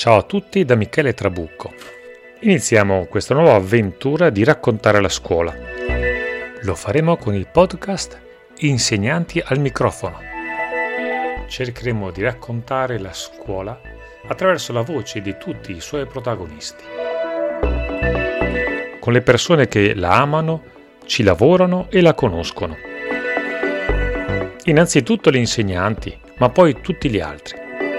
Ciao a tutti da Michele Trabucco. Iniziamo questa nuova avventura di raccontare la scuola. Lo faremo con il podcast Insegnanti al microfono. Cercheremo di raccontare la scuola attraverso la voce di tutti i suoi protagonisti. Con le persone che la amano, ci lavorano e la conoscono. Innanzitutto gli insegnanti, ma poi tutti gli altri.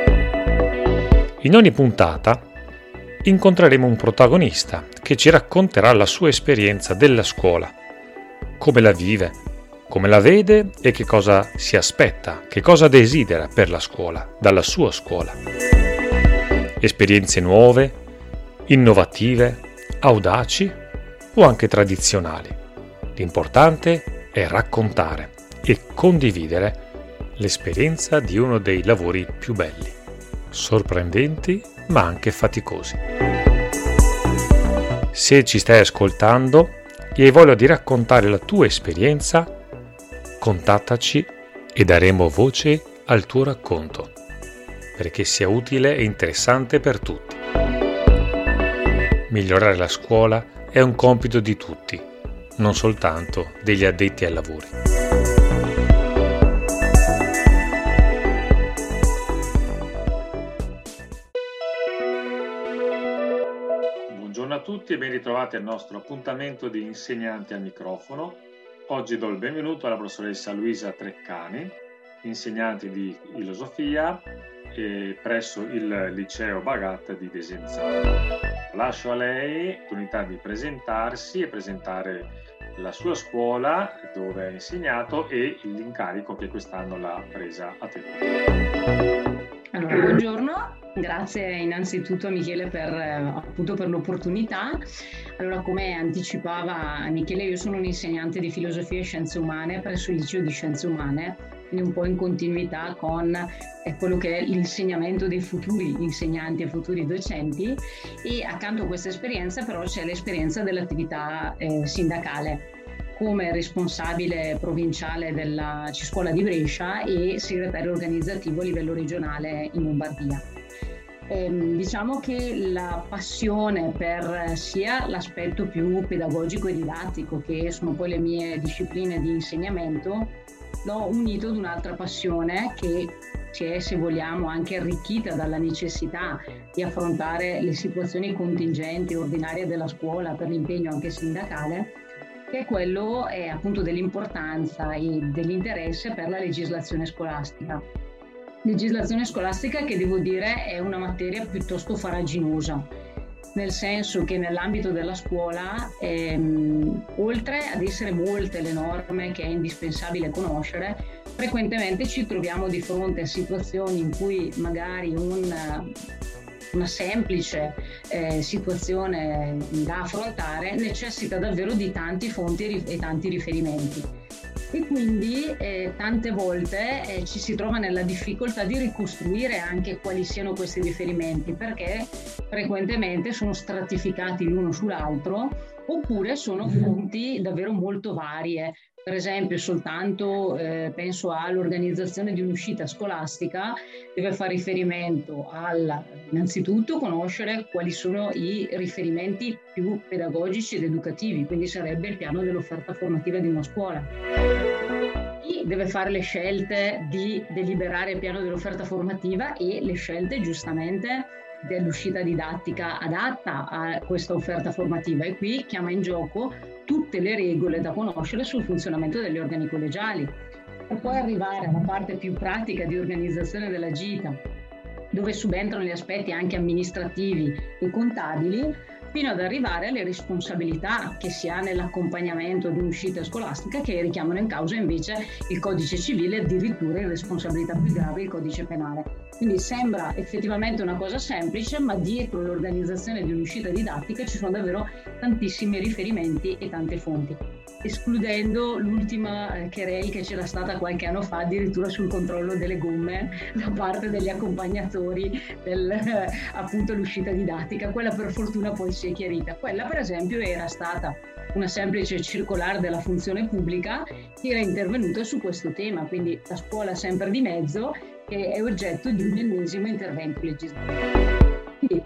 In ogni puntata incontreremo un protagonista che ci racconterà la sua esperienza della scuola, come la vive, come la vede e che cosa si aspetta, che cosa desidera per la scuola, dalla sua scuola. Esperienze nuove, innovative, audaci o anche tradizionali. L'importante è raccontare e condividere l'esperienza di uno dei lavori più belli, sorprendenti ma anche faticosi. Se ci stai ascoltando e hai voglia di raccontare la tua esperienza, contattaci e daremo voce al tuo racconto, perché sia utile e interessante per tutti. Migliorare la scuola è un compito di tutti, non soltanto degli addetti ai lavori. Buongiorno a tutti e ben ritrovati al nostro appuntamento di Insegnanti al microfono. Oggi do il benvenuto alla professoressa Luisa Treccani, insegnante di filosofia presso il liceo Bagat di Desenzano. Lascio a lei l'opportunità di presentarsi e presentare la sua scuola dove ha insegnato e l'incarico che quest'anno l'ha presa a tempo. Allora, buongiorno, grazie innanzitutto a Michele per l'opportunità. Allora, come anticipava Michele, io sono un insegnante di filosofia e scienze umane presso il liceo di scienze umane, quindi un po' in continuità con quello che è l'insegnamento dei futuri insegnanti e futuri docenti, e accanto a questa esperienza però c'è l'esperienza dell'attività sindacale come responsabile provinciale della C-Scuola di Brescia e segretario organizzativo a livello regionale in Lombardia. Diciamo che la passione per sia l'aspetto più pedagogico e didattico, che sono poi le mie discipline di insegnamento, l'ho unito ad un'altra passione che si è, se vogliamo, anche arricchita dalla necessità di affrontare le situazioni contingenti e ordinarie della scuola per l'impegno anche sindacale, che è quello appunto dell'importanza e dell'interesse per la legislazione scolastica. Legislazione scolastica che, devo dire, è una materia piuttosto farraginosa, nel senso che nell'ambito della scuola, oltre ad essere molte le norme che è indispensabile conoscere, frequentemente ci troviamo di fronte a situazioni in cui magari una semplice situazione da affrontare necessita davvero di tanti fonti e tanti riferimenti. E quindi tante volte ci si trova nella difficoltà di ricostruire anche quali siano questi riferimenti, perché frequentemente sono stratificati l'uno sull'altro oppure sono fonti davvero molto varie. Per esempio, soltanto penso all'organizzazione di un'uscita scolastica, deve fare riferimento innanzitutto conoscere quali sono i riferimenti più pedagogici ed educativi, quindi sarebbe il piano dell'offerta formativa di una scuola. Chi deve fare le scelte di deliberare il piano dell'offerta formativa e le scelte giustamente dell'uscita didattica adatta a questa offerta formativa, e qui chiama in gioco tutte le regole da conoscere sul funzionamento degli organi collegiali, per poi arrivare alla parte più pratica di organizzazione della gita, dove subentrano gli aspetti anche amministrativi e contabili, fino ad arrivare alle responsabilità che si ha nell'accompagnamento di un'uscita scolastica, che richiamano in causa invece il codice civile e addirittura in responsabilità più grave il codice penale. Quindi sembra effettivamente una cosa semplice, ma dietro l'organizzazione di un'uscita didattica ci sono davvero tantissimi riferimenti e tante fonti, escludendo l'ultima querela che c'era stata qualche anno fa addirittura sul controllo delle gomme da parte degli accompagnatori appunto l'uscita didattica. Quella per fortuna poi si è chiarita. Quella per esempio era stata una semplice circolare della funzione pubblica che era intervenuta su questo tema, quindi la scuola sempre di mezzo, che è oggetto di un ennesimo intervento legislativo. Quindi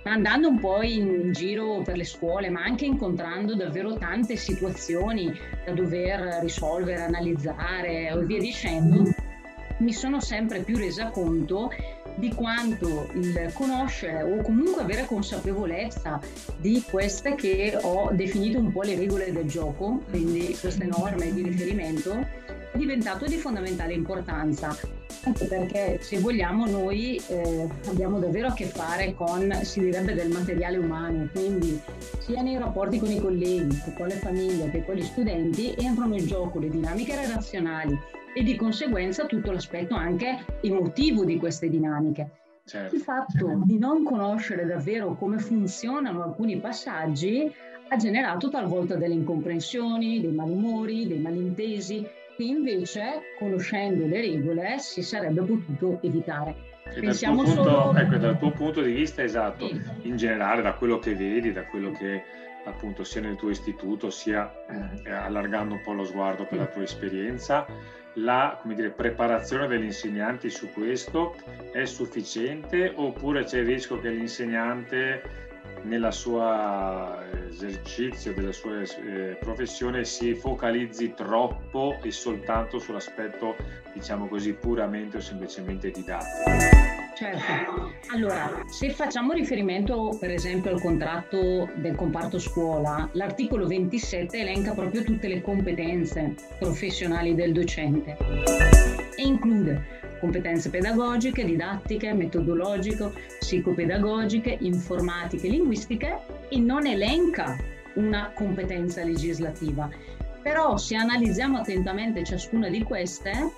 andando un po' in giro per le scuole, ma anche incontrando davvero tante situazioni da dover risolvere, analizzare e via dicendo, mi sono sempre più resa conto di quanto il conoscere o comunque avere consapevolezza di queste che ho definito un po' le regole del gioco, quindi queste norme di riferimento, è diventato di fondamentale importanza. Anche perché, se vogliamo, noi abbiamo davvero a che fare con, si direbbe, del materiale umano, quindi sia nei rapporti con i colleghi, che con le famiglie, che con gli studenti, entrano in gioco le dinamiche relazionali e di conseguenza tutto l'aspetto anche emotivo di queste dinamiche. Certo. Il fatto di non conoscere davvero come funzionano alcuni passaggi ha generato talvolta delle incomprensioni, dei malumori, dei malintesi, che invece, conoscendo le regole, si sarebbe potuto evitare. Pensiamo solo... Ecco, dal tuo punto di vista, esatto, sì. In generale, da quello che vedi, da quello che appunto sia nel tuo istituto, sia allargando un po' lo sguardo per la tua esperienza, la, come dire, preparazione degli insegnanti su questo è sufficiente, oppure c'è il rischio che l'insegnante nella sua esercizio della sua professione si focalizzi troppo e soltanto sull'aspetto, diciamo così, puramente o semplicemente didattico? Certo, allora, se facciamo riferimento per esempio al contratto del comparto scuola, l'articolo 27 elenca proprio tutte le competenze professionali del docente e include competenze pedagogiche, didattiche, metodologiche, psicopedagogiche, informatiche, linguistiche, e non elenca una competenza legislativa. Però se analizziamo attentamente ciascuna di queste,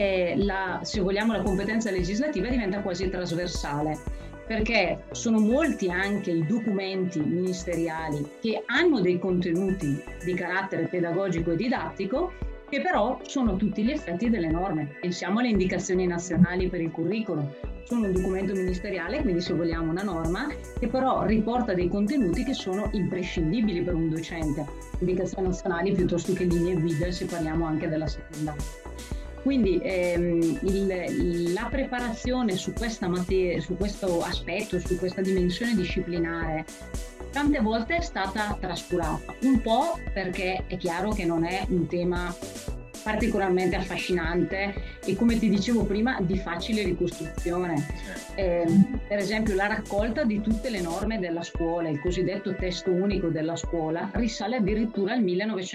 se vogliamo, la competenza legislativa diventa quasi trasversale, perché sono molti anche i documenti ministeriali che hanno dei contenuti di carattere pedagogico e didattico, che però sono tutti gli effetti delle norme. Pensiamo alle indicazioni nazionali per il curriculum. Sono un documento ministeriale, quindi se vogliamo una norma, che però riporta dei contenuti che sono imprescindibili per un docente. Indicazioni nazionali piuttosto che linee guida, se parliamo anche della secondaria. Quindi la preparazione su questa materia, su questo aspetto, su questa dimensione disciplinare, tante volte è stata trascurata, un po' perché è chiaro che non è un tema particolarmente affascinante e, come ti dicevo prima, di facile ricostruzione. Per esempio, la raccolta di tutte le norme della scuola, il cosiddetto testo unico della scuola, risale addirittura al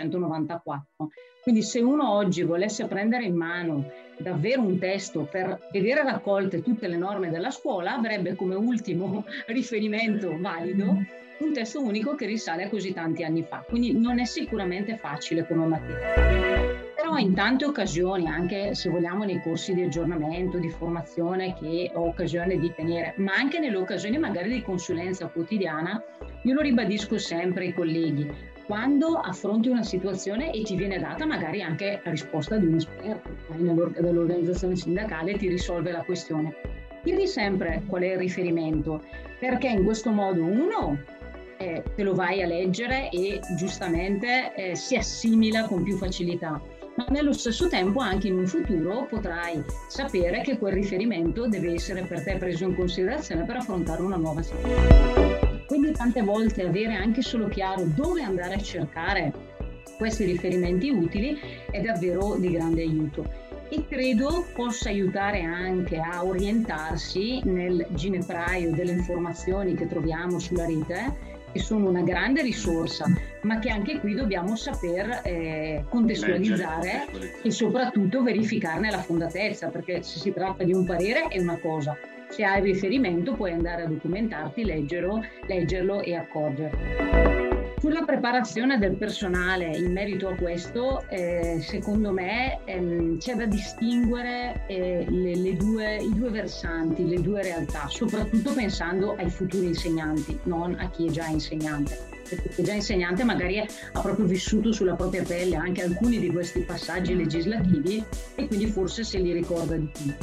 1994. Quindi se uno oggi volesse prendere in mano davvero un testo per vedere raccolte tutte le norme della scuola, avrebbe come ultimo riferimento valido un testo unico che risale a così tanti anni fa. Quindi non è sicuramente facile come materia. Però in tante occasioni, anche se vogliamo nei corsi di aggiornamento, di formazione che ho occasione di tenere, ma anche nelle occasioni magari di consulenza quotidiana, io lo ribadisco sempre ai colleghi: quando affronti una situazione e ti viene data magari anche la risposta di un esperto dell'organizzazione sindacale, ti risolve la questione, chiedi sempre qual è il riferimento, perché in questo modo uno te lo vai a leggere e giustamente si assimila con più facilità, ma nello stesso tempo anche in un futuro potrai sapere che quel riferimento deve essere per te preso in considerazione per affrontare una nuova situazione. Quindi tante volte avere anche solo chiaro dove andare a cercare questi riferimenti utili è davvero di grande aiuto, e credo possa aiutare anche a orientarsi nel ginepraio delle informazioni che troviamo sulla rete, che sono una grande risorsa, ma che anche qui dobbiamo saper contestualizzare e soprattutto verificarne la fondatezza, perché se si tratta di un parere è una cosa, se hai riferimento puoi andare a documentarti, leggerlo e accorgerlo. Sulla preparazione del personale in merito a questo, secondo me c'è da distinguere i due versanti, le due realtà, soprattutto pensando ai futuri insegnanti, non a chi è già insegnante. Perché chi è già insegnante magari ha proprio vissuto sulla propria pelle anche alcuni di questi passaggi legislativi e quindi forse se li ricorda di più.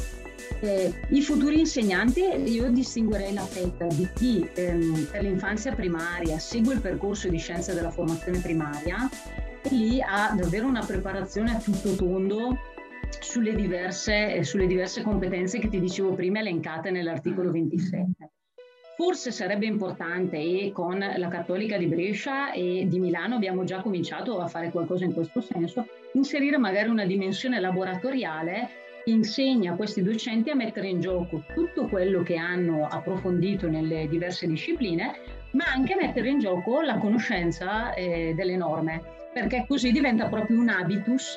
I futuri insegnanti, io distinguerei la fetta di chi per l'infanzia primaria segue il percorso di scienza della formazione primaria e lì ha davvero una preparazione a tutto tondo sulle diverse competenze che ti dicevo prima elencate nell'articolo 27. Forse sarebbe importante, e con la Cattolica di Brescia e di Milano abbiamo già cominciato a fare qualcosa in questo senso, inserire magari una dimensione laboratoriale che insegna a questi docenti a mettere in gioco tutto quello che hanno approfondito nelle diverse discipline, ma anche mettere in gioco la conoscenza delle norme, perché così diventa proprio un habitus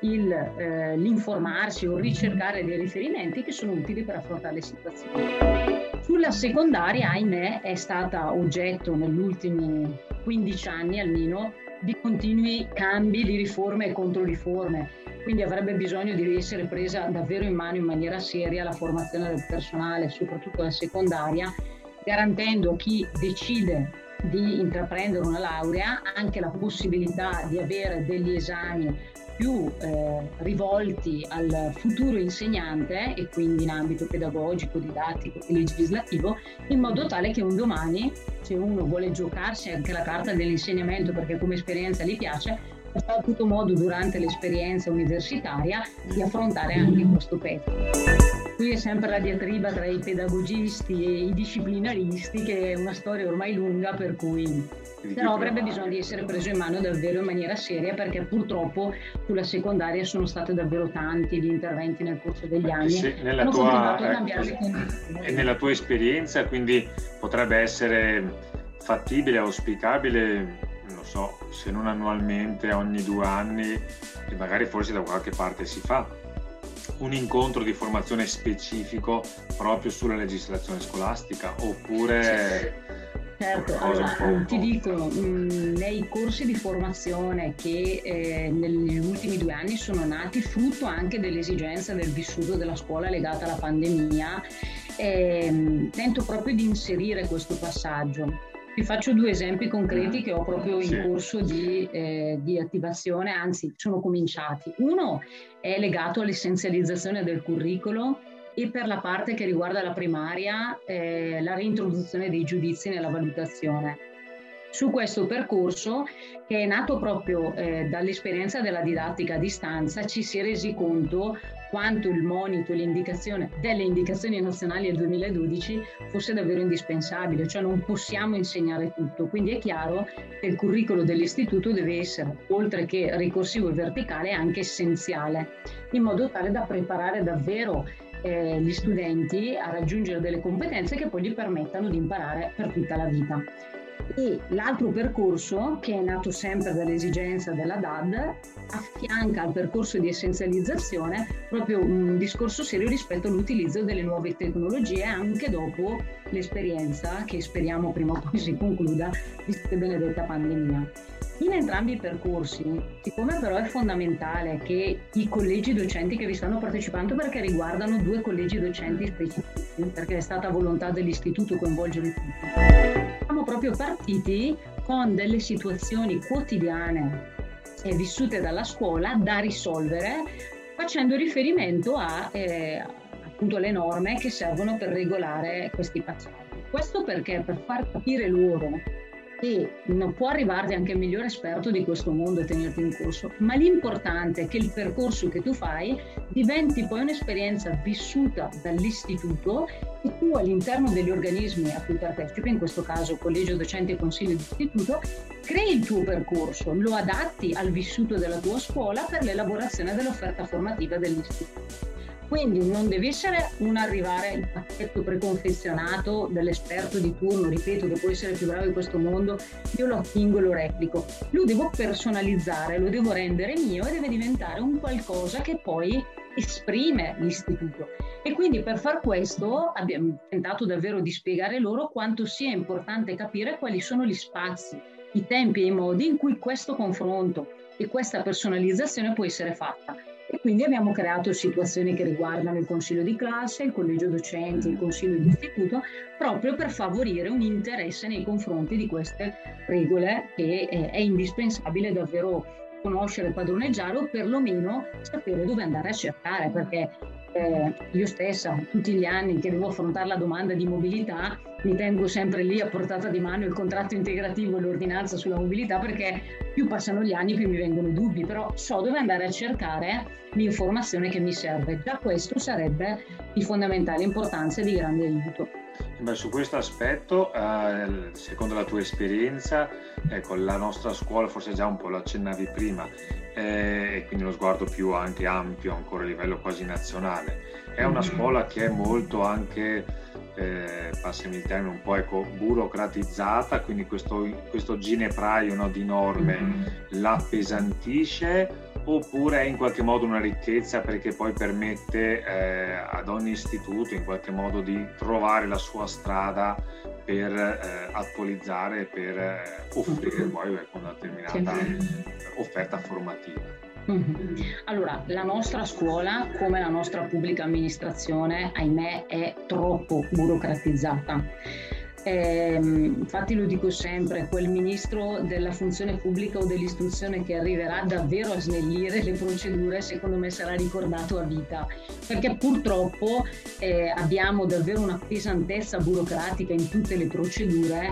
l'informarsi o ricercare dei riferimenti che sono utili per affrontare le situazioni. Sulla secondaria, ahimè, è stata oggetto negli ultimi 15 anni almeno di continui cambi, di riforme e controriforme, quindi avrebbe bisogno di essere presa davvero in mano in maniera seria la formazione del personale, soprattutto la secondaria, garantendo a chi decide di intraprendere una laurea anche la possibilità di avere degli esami più rivolti al futuro insegnante, e quindi in ambito pedagogico, didattico e legislativo, in modo tale che un domani, se uno vuole giocarsi anche la carta dell'insegnamento perché come esperienza gli piace, ha avuto modo durante l'esperienza universitaria di affrontare anche questo pezzo. Qui è sempre la diatriba tra i pedagogisti e i disciplinaristi, che è una storia ormai lunga, per cui però avrebbe bisogno di essere preso in mano davvero in maniera seria, perché purtroppo sulla secondaria sono stati davvero tanti gli interventi nel corso degli anni. Hanno continuato a cambiare le condizioni. E nella tua esperienza, quindi potrebbe essere fattibile, auspicabile, non so, se non annualmente, ogni 2 anni, e magari forse da qualche parte si fa un incontro di formazione specifico proprio sulla legislazione scolastica, oppure... Certo, allora, ti dico, nei corsi di formazione che negli ultimi 2 anni sono nati frutto anche dell'esigenza del vissuto della scuola legata alla pandemia, tento proprio di inserire questo passaggio. Ti faccio 2 esempi concreti che ho proprio in corso di attivazione, anzi sono cominciati. Uno è legato all'essenzializzazione del curriculum, e per la parte che riguarda la primaria la reintroduzione dei giudizi nella valutazione. Su questo percorso, che è nato proprio dall'esperienza della didattica a distanza, ci si è resi conto quanto il monito e l'indicazione delle indicazioni nazionali del 2012 fosse davvero indispensabile, cioè non possiamo insegnare tutto, quindi è chiaro che il curriculum dell'istituto deve essere, oltre che ricorsivo e verticale, anche essenziale, in modo tale da preparare davvero gli studenti a raggiungere delle competenze che poi gli permettano di imparare per tutta la vita. E l'altro percorso, che è nato sempre dall'esigenza della DAD, affianca al percorso di essenzializzazione proprio un discorso serio rispetto all'utilizzo delle nuove tecnologie anche dopo l'esperienza, che speriamo prima o poi si concluda, di questa benedetta pandemia. In entrambi i percorsi, siccome però è fondamentale che i collegi docenti che vi stanno partecipando, perché riguardano 2 collegi docenti specifici, perché è stata volontà dell'istituto coinvolgere tutti, siamo proprio partiti con delle situazioni quotidiane vissute dalla scuola da risolvere, facendo riferimento a appunto alle norme che servono per regolare questi passaggi. Questo perché per far capire loro che non può arrivarti anche il migliore esperto di questo mondo e tenerti in corso, ma l'importante è che il percorso che tu fai diventi poi un'esperienza vissuta dall'istituto, e tu all'interno degli organismi a cui partecipi, in questo caso collegio docente e consiglio di istituto, crei il tuo percorso, lo adatti al vissuto della tua scuola per l'elaborazione dell'offerta formativa dell'istituto. Quindi non deve essere un arrivare il pacchetto preconfezionato dell'esperto di turno, ripeto, che può essere più bravo di questo mondo, io lo attingo e lo replico. Lo devo personalizzare, lo devo rendere mio e deve diventare un qualcosa che poi esprime l'istituto. E quindi per far questo abbiamo tentato davvero di spiegare loro quanto sia importante capire quali sono gli spazi, i tempi e i modi in cui questo confronto e questa personalizzazione può essere fatta. E quindi abbiamo creato situazioni che riguardano il consiglio di classe, il collegio docenti, il consiglio di istituto, proprio per favorire un interesse nei confronti di queste regole che è indispensabile davvero conoscere, padroneggiare, o perlomeno sapere dove andare a cercare, perché io stessa tutti gli anni che devo affrontare la domanda di mobilità mi tengo sempre lì a portata di mano il contratto integrativo e l'ordinanza sulla mobilità, perché più passano gli anni più mi vengono dubbi, però so dove andare a cercare l'informazione che mi serve. Già questo sarebbe di fondamentale importanza e di grande aiuto. Beh, su questo aspetto, secondo la tua esperienza, ecco, la nostra scuola, forse già un po' lo accennavi prima, e quindi uno sguardo più anche ampio, ancora a livello quasi nazionale, è una scuola che è molto anche, passami il termine, un po' burocratizzata, quindi questo ginepraio, no, di norme la appesantisce, oppure è in qualche modo una ricchezza perché poi permette ad ogni istituto in qualche modo di trovare la sua strada per attualizzare, per offrire poi una determinata offerta formativa. Allora, la nostra scuola, come la nostra pubblica amministrazione, ahimè, è troppo burocratizzata. Infatti lo dico sempre, quel ministro della funzione pubblica o dell'istruzione che arriverà davvero a snellire le procedure, secondo me sarà ricordato a vita, perché purtroppo abbiamo davvero una pesantezza burocratica in tutte le procedure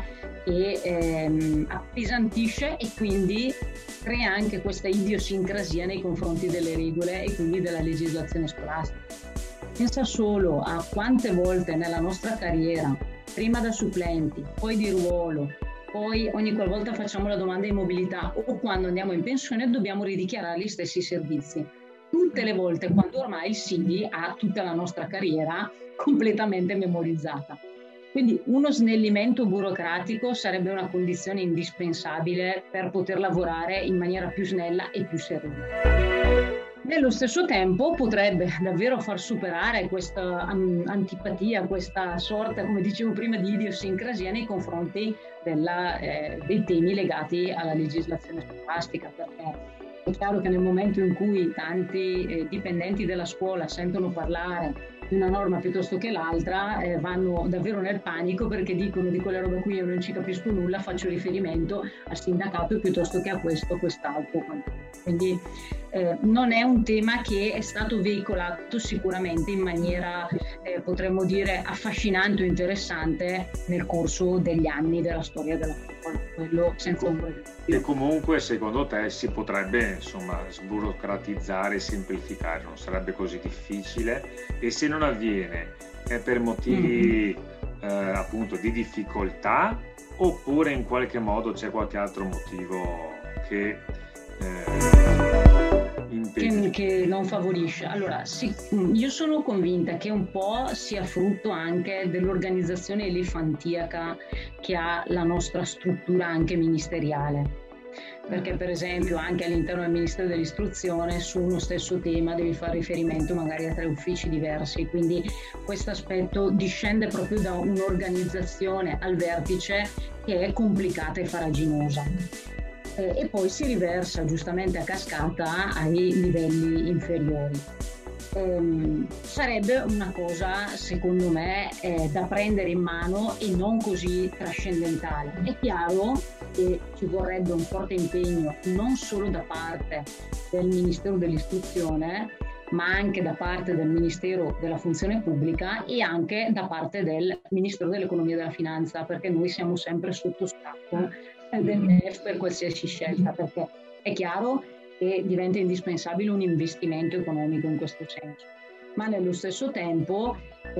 e appesantisce e quindi crea anche questa idiosincrasia nei confronti delle regole e quindi della legislazione scolastica. Pensa solo a quante volte nella nostra carriera, prima da supplenti, poi di ruolo, poi ogni qualvolta facciamo la domanda di mobilità o quando andiamo in pensione dobbiamo ridichiarare gli stessi servizi. Tutte le volte quando ormai il CV ha tutta la nostra carriera completamente memorizzata. Quindi uno snellimento burocratico sarebbe una condizione indispensabile per poter lavorare in maniera più snella e più serena. Nello stesso tempo potrebbe davvero far superare questa antipatia, questa sorta, come dicevo prima, di idiosincrasia nei confronti dei temi legati alla legislazione scolastica, perché è chiaro che nel momento in cui tanti dipendenti della scuola sentono parlare di una norma piuttosto che l'altra, vanno davvero nel panico perché dicono di quelle robe qui io non ci capisco nulla, faccio riferimento al sindacato piuttosto che a questo o quest'altro. Quindi non è un tema che è stato veicolato sicuramente in maniera, potremmo dire, affascinante o interessante nel corso degli anni della storia della scuola, quello senza ombra di dubbio. E comunque secondo te si potrebbe insomma sburocratizzare e semplificare, non sarebbe così difficile, e se non avviene è per motivi appunto di difficoltà, oppure in qualche modo c'è qualche altro motivo che non favorisce? Allora, sì, io sono convinta che un po' sia frutto anche dell'organizzazione elefantiaca che ha la nostra struttura anche ministeriale. Perché per esempio anche all'interno del Ministero dell'Istruzione su uno stesso tema devi fare riferimento magari a 3 uffici diversi, quindi questo aspetto discende proprio da un'organizzazione al vertice che è complicata e farraginosa. E poi si riversa giustamente a cascata ai livelli inferiori. Sarebbe una cosa, secondo me, da prendere in mano e non così trascendentale. È chiaro che ci vorrebbe un forte impegno non solo da parte del Ministero dell'Istruzione, ma anche da parte del Ministero della Funzione Pubblica e anche da parte del Ministero dell'Economia e della Finanza, perché noi siamo sempre sotto scacco del MEF per qualsiasi scelta, perché è chiaro che diventa indispensabile un investimento economico in questo senso, ma nello stesso tempo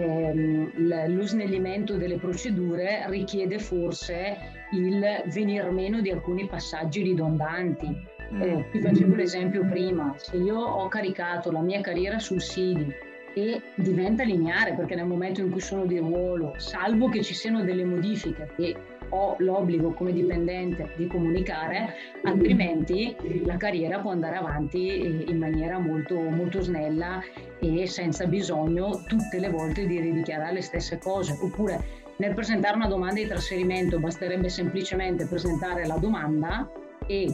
lo snellimento delle procedure richiede forse il venir meno di alcuni passaggi ridondanti. Ti facevo l'esempio prima, se io ho caricato la mia carriera sul SIDI e diventa lineare, perché nel momento in cui sono di ruolo, salvo che ci siano delle modifiche che ho l'obbligo come dipendente di comunicare, altrimenti la carriera può andare avanti in maniera molto, molto snella e senza bisogno tutte le volte di ridichiarare le stesse cose. Oppure nel presentare una domanda di trasferimento basterebbe semplicemente presentare la domanda e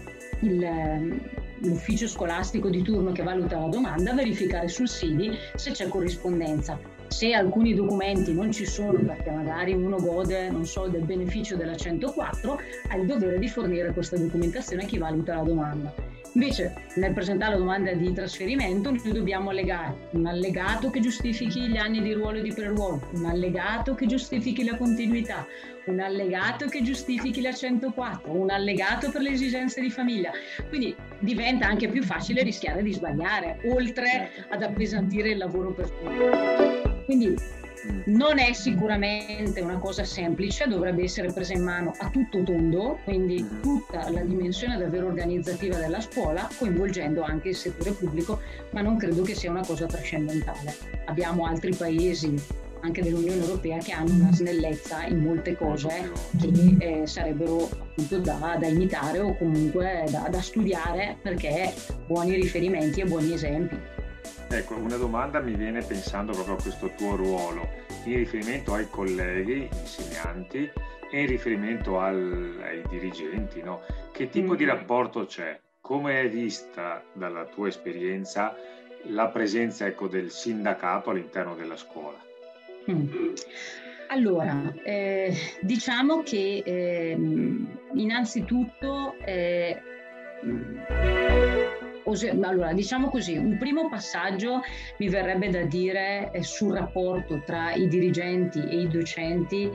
l'ufficio scolastico di turno che valuta la domanda verificare sul SIDI se c'è corrispondenza. Se alcuni documenti non ci sono perché magari uno gode, non so, del beneficio della 104, ha il dovere di fornire questa documentazione a chi valuta la domanda. Invece, nel presentare la domanda di trasferimento, noi dobbiamo allegare un allegato che giustifichi gli anni di ruolo e di preruolo, un allegato che giustifichi la continuità, un allegato che giustifichi la 104, un allegato per le esigenze di famiglia. Quindi diventa anche più facile rischiare di sbagliare, oltre ad appesantire il lavoro per tutti. Quindi Non è sicuramente una cosa semplice, dovrebbe essere presa in mano a tutto tondo, quindi tutta la dimensione davvero organizzativa della scuola, coinvolgendo anche il settore pubblico, ma non credo che sia una cosa trascendentale. Abbiamo altri paesi, anche dell'Unione Europea, che hanno una snellezza in molte cose che sarebbero appunto da imitare o comunque da studiare, perché buoni riferimenti e buoni esempi. Ecco, una domanda mi viene pensando proprio a questo tuo ruolo, in riferimento ai colleghi, insegnanti, e in riferimento ai dirigenti, no? Che tipo di rapporto c'è? Come è vista dalla tua esperienza la presenza, ecco, del sindacato all'interno della scuola? Allora, diciamo che innanzitutto allora, diciamo così, un primo passaggio mi verrebbe da dire sul rapporto tra i dirigenti e i docenti.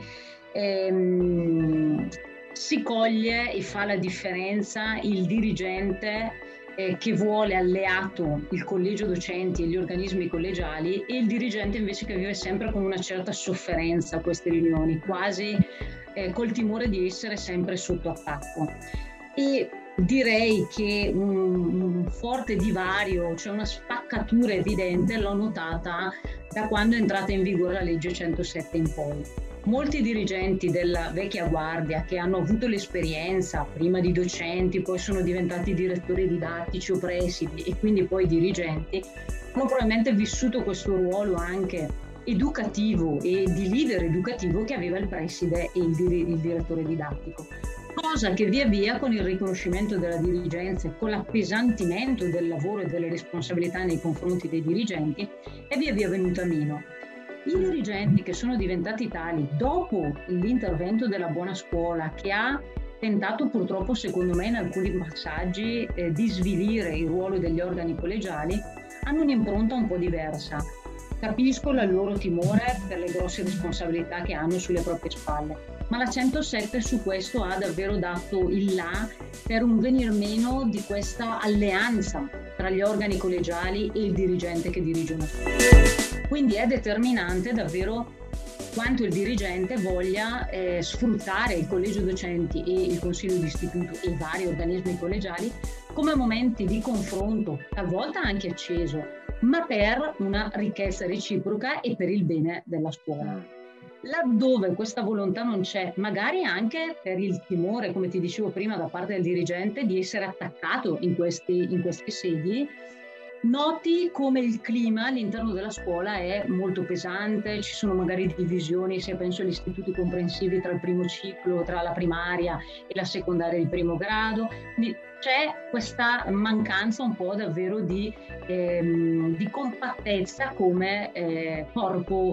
Si coglie e fa la differenza il dirigente che vuole alleato il collegio docenti e gli organismi collegiali, e il dirigente invece che vive sempre con una certa sofferenza a queste riunioni, quasi col timore di essere sempre sotto attacco. E direi che un forte divario, cioè una spaccatura evidente, l'ho notata da quando è entrata in vigore la legge 107 in poi. Molti dirigenti della vecchia guardia, che hanno avuto l'esperienza prima di docenti, poi sono diventati direttori didattici o presidi e quindi poi dirigenti, hanno probabilmente vissuto questo ruolo anche educativo e di leader educativo che aveva il preside e il direttore didattico. Cosa che via via, con il riconoscimento della dirigenza e con l'appesantimento del lavoro e delle responsabilità nei confronti dei dirigenti, è via via venuta meno. I dirigenti che sono diventati tali dopo l'intervento della buona scuola, che ha tentato purtroppo, secondo me, in alcuni passaggi di svilire il ruolo degli organi collegiali, hanno un'impronta un po' diversa. Capisco il loro timore per le grosse responsabilità che hanno sulle proprie spalle, ma la 107 su questo ha davvero dato il là per un venir meno di questa alleanza tra gli organi collegiali e il dirigente che dirige una scuola. Quindi è determinante davvero quanto il dirigente voglia sfruttare il collegio docenti e il consiglio d'istituto e i vari organismi collegiali come momenti di confronto, talvolta anche acceso, ma per una ricchezza reciproca e per il bene della scuola. Laddove questa volontà non c'è, magari anche per il timore, come ti dicevo prima, da parte del dirigente di essere attaccato in queste sedi, noti come il clima all'interno della scuola è molto pesante, ci sono magari divisioni, se penso agli istituti comprensivi, tra il primo ciclo, tra la primaria e la secondaria di primo grado. Quindi c'è questa mancanza un po' davvero di compattezza come corpo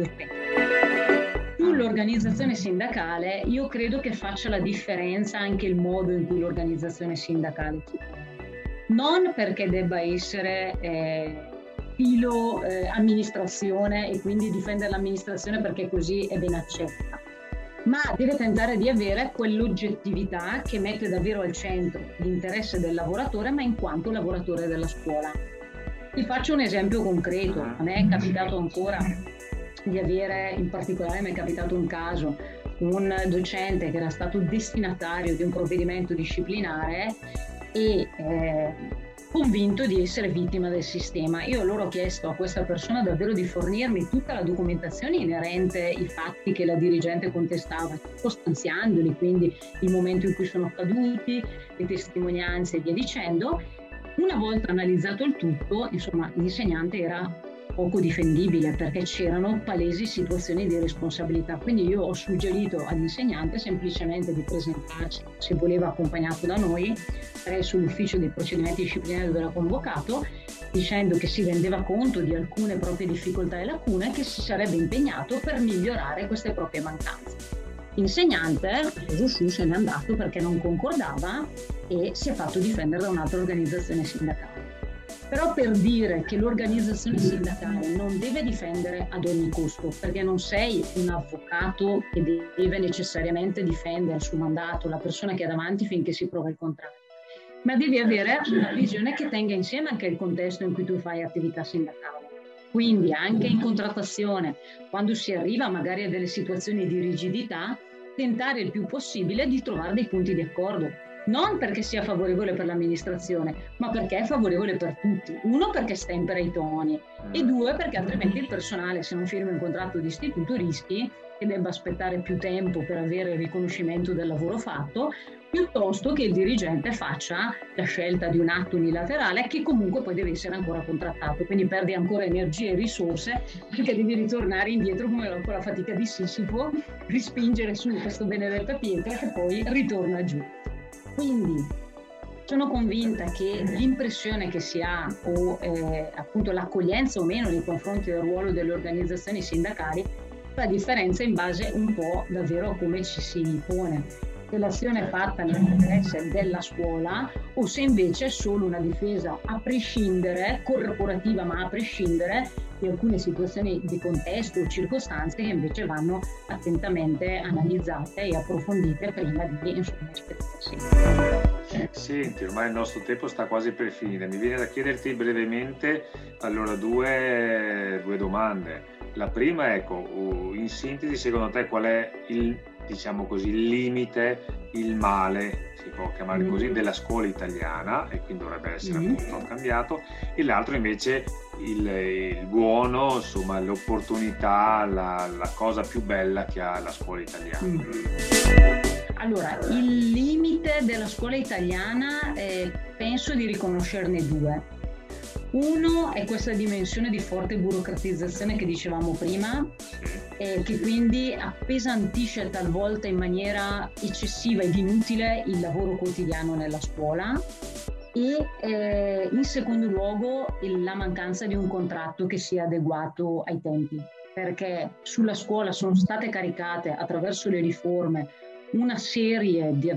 docente. Sull'organizzazione sindacale, io credo che faccia la differenza anche il modo in cui l'organizzazione sindacale si pone. Non perché debba essere filo amministrazione e quindi difendere l'amministrazione perché così è ben accetta, ma deve tentare di avere quell'oggettività che mette davvero al centro l'interesse del lavoratore, ma in quanto lavoratore della scuola. Ti faccio un esempio concreto. A me è capitato ancora di avere, in particolare mi è capitato un caso, un docente che era stato destinatario di un provvedimento disciplinare e convinto di essere vittima del sistema. Io allora ho chiesto a questa persona davvero di fornirmi tutta la documentazione inerente ai fatti che la dirigente contestava, sostanziandoli, quindi il momento in cui sono accaduti, le testimonianze e via dicendo. Una volta analizzato il tutto, insomma, l'insegnante era poco difendibile perché c'erano palesi situazioni di responsabilità. Quindi io ho suggerito all'insegnante semplicemente di presentarsi, se voleva accompagnato da noi, presso l'ufficio dei procedimenti disciplinari dove era convocato, dicendo che si rendeva conto di alcune proprie difficoltà e lacune e che si sarebbe impegnato per migliorare queste proprie mancanze. L'insegnante, preso su, se n'è andato perché non concordava e si è fatto difendere da un'altra organizzazione sindacale. Però per dire che l'organizzazione sindacale non deve difendere ad ogni costo, perché non sei un avvocato che deve necessariamente difendere il suo mandato, la persona che ha davanti finché si prova il contrario, ma devi avere una visione che tenga insieme anche il contesto in cui tu fai attività sindacale. Quindi anche in contrattazione, quando si arriva magari a delle situazioni di rigidità, tentare il più possibile di trovare dei punti di accordo. Non perché sia favorevole per l'amministrazione, ma perché è favorevole per tutti. Uno, perché stempera i toni, e due, perché altrimenti il personale, se non firma un contratto di istituto, rischi che debba aspettare più tempo per avere il riconoscimento del lavoro fatto, piuttosto che il dirigente faccia la scelta di un atto unilaterale che comunque poi deve essere ancora contrattato. Quindi perdi ancora energie e risorse, perché devi ritornare indietro come con la fatica di Sisifo, rispingere su questa benedetta pietra che poi ritorna giù. Quindi sono convinta che l'impressione che si ha o appunto l'accoglienza o meno nei confronti del ruolo delle organizzazioni sindacali fa differenza in base un po' davvero a come ci si pone, se l'azione è fatta nell'interesse della scuola o se invece è solo una difesa a prescindere, corporativa ma a prescindere, di alcune situazioni di contesto o circostanze che invece vanno attentamente analizzate e approfondite prima di esprimersi. Senti, ormai il nostro tempo sta quasi per finire. Mi viene da chiederti brevemente allora due domande. La prima, ecco, in sintesi, secondo te qual è il limite, il male, si può chiamare così, della scuola italiana, e quindi dovrebbe essere appunto cambiato, e l'altro invece il buono, insomma, l'opportunità, la cosa più bella che ha la scuola italiana. Allora, il limite della scuola italiana penso di riconoscerne due. Uno è questa dimensione di forte burocratizzazione che dicevamo prima, che quindi appesantisce talvolta in maniera eccessiva ed inutile il lavoro quotidiano nella scuola, e in secondo luogo la mancanza di un contratto che sia adeguato ai tempi, perché sulla scuola sono state caricate attraverso le riforme una serie di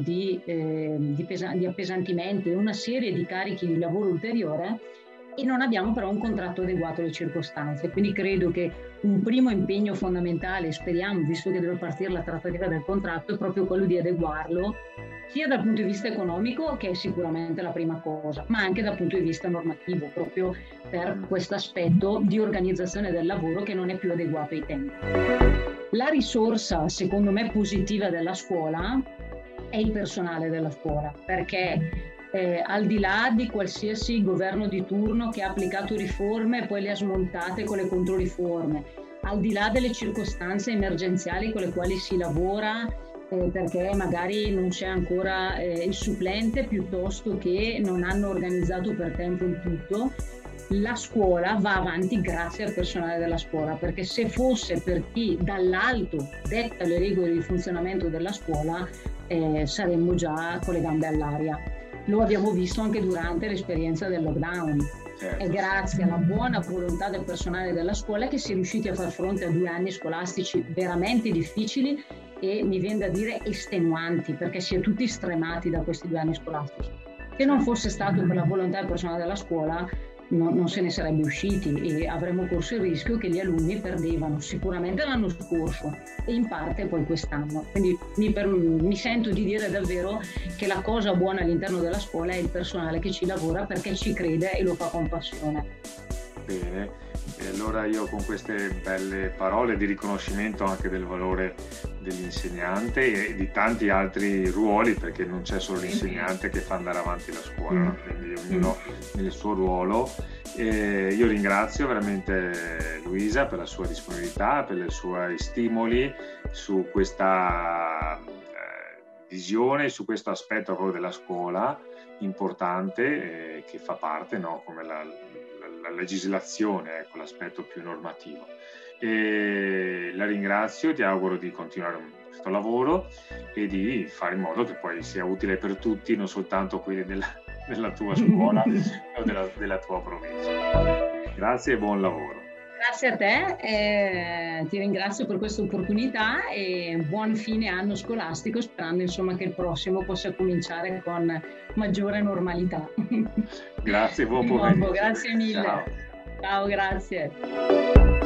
appesantimenti e una serie di carichi di lavoro ulteriore, e non abbiamo però un contratto adeguato alle circostanze. Quindi credo che un primo impegno fondamentale, speriamo, visto che deve partire la trattativa del contratto, è proprio quello di adeguarlo sia dal punto di vista economico, che è sicuramente la prima cosa, ma anche dal punto di vista normativo, proprio per questo aspetto di organizzazione del lavoro che non è più adeguato ai tempi. La risorsa, secondo me, positiva della scuola è il personale della scuola, perché al di là di qualsiasi governo di turno che ha applicato riforme e poi le ha smontate con le controriforme, al di là delle circostanze emergenziali con le quali si lavora, perché magari non c'è ancora il supplente, piuttosto che non hanno organizzato per tempo il tutto, la scuola va avanti grazie al personale della scuola, perché se fosse per chi dall'alto detta le regole di funzionamento della scuola, saremmo già con le gambe all'aria. Lo abbiamo visto anche durante l'esperienza del lockdown. È grazie alla buona volontà del personale della scuola che si è riusciti a far fronte a 2 anni scolastici veramente difficili e, mi viene da dire, estenuanti, perché si è tutti stremati da questi 2 anni scolastici. Se non fosse stato per la volontà del personale della scuola, non se ne sarebbe usciti e avremmo corso il rischio che gli alunni perdevano sicuramente l'anno scorso e in parte poi quest'anno. Quindi mi sento di dire davvero che la cosa buona all'interno della scuola è il personale che ci lavora, perché ci crede e lo fa con passione. Bene, e allora io con queste belle parole di riconoscimento anche del valore dell'insegnante e di tanti altri ruoli, perché non c'è solo l'insegnante che fa andare avanti la scuola, no? Quindi ognuno nel suo ruolo. Io ringrazio veramente Luisa per la sua disponibilità, per i suoi stimoli su questa visione, su questo aspetto proprio della scuola importante, che fa parte, no? Come la legislazione, ecco, l'aspetto più normativo. E la ringrazio, ti auguro di continuare questo lavoro e di fare in modo che poi sia utile per tutti, non soltanto quelli della tua scuola o della tua provincia. Grazie e buon lavoro. Grazie a te, ti ringrazio per questa opportunità e buon fine anno scolastico, sperando insomma che il prossimo possa cominciare con maggiore normalità. Grazie, buon pomeriggio. Grazie mille. Ciao, grazie.